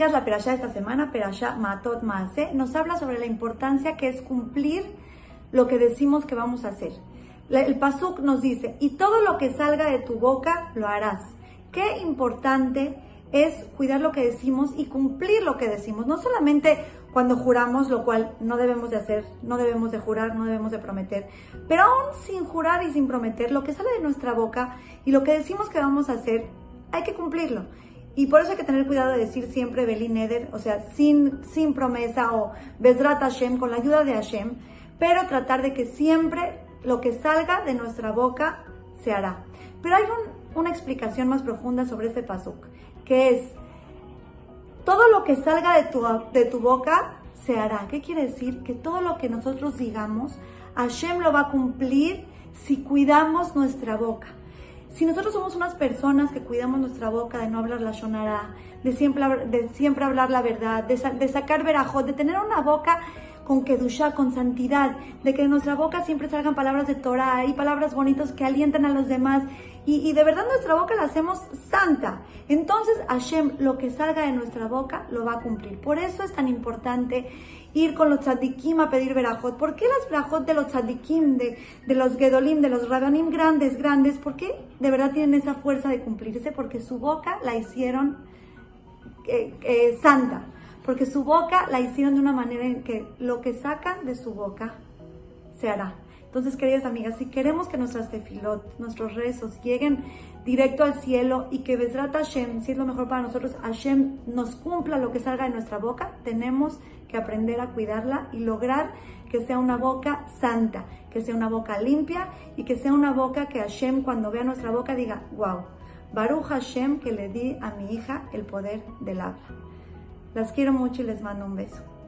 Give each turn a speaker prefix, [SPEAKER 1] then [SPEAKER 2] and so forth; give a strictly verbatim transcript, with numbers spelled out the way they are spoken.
[SPEAKER 1] amigas, la perashá de esta semana, perashá Matot Maaseh, nos habla sobre la importancia que es cumplir lo que decimos que vamos a hacer. El pasuk nos dice, y todo lo que salga de tu boca lo harás. Qué importante es cuidar lo que decimos y cumplir lo que decimos. No solamente cuando juramos, lo cual no debemos de hacer, no debemos de jurar, no debemos de prometer, pero aún sin jurar y sin prometer, lo que sale de nuestra boca y lo que decimos que vamos a hacer, hay que cumplirlo. Y por eso hay que tener cuidado de decir siempre Beli Neder, o sea, sin, sin promesa o Bezrat Hashem, con la ayuda de Hashem, pero tratar de que siempre lo que salga de nuestra boca se hará. Pero hay un, una explicación más profunda sobre este pasuk, que es, todo lo que salga de tu, de tu boca se hará. ¿Qué quiere decir? Que todo lo que nosotros digamos, Hashem lo va a cumplir si cuidamos nuestra boca. Si nosotros somos unas personas que cuidamos nuestra boca de no hablar la shonara, de siempre, de siempre hablar la verdad, de, de sacar verajot, de tener una boca con kedushá, con santidad, de que de nuestra boca siempre salgan palabras de Torah y palabras bonitas que alientan a los demás, y, y de verdad nuestra boca la hacemos santa, entonces Hashem, lo que salga de nuestra boca lo va a cumplir. Por eso es tan importante ir con los tzadikim a pedir verajot. ¿Por qué las verajot de los tzadikim, de, de los gedolim, de los rabanim grandes, grandes? ¿Por qué de verdad tienen esa fuerza de cumplirse? Porque su boca la hicieron eh, eh, santa. Porque su boca la hicieron de una manera en que lo que sacan de su boca se hará. Entonces, queridas amigas, si queremos que nuestras tefilot, nuestros rezos lleguen directo al cielo y que Bezrat Hashem, si es lo mejor para nosotros, Hashem nos cumpla lo que salga de nuestra boca, tenemos que aprender a cuidarla y lograr que sea una boca santa, que sea una boca limpia y que sea una boca que Hashem, cuando vea nuestra boca, diga, wow, Baruch Hashem, que le di a mi hija el poder del habla. Las quiero mucho y les mando un beso.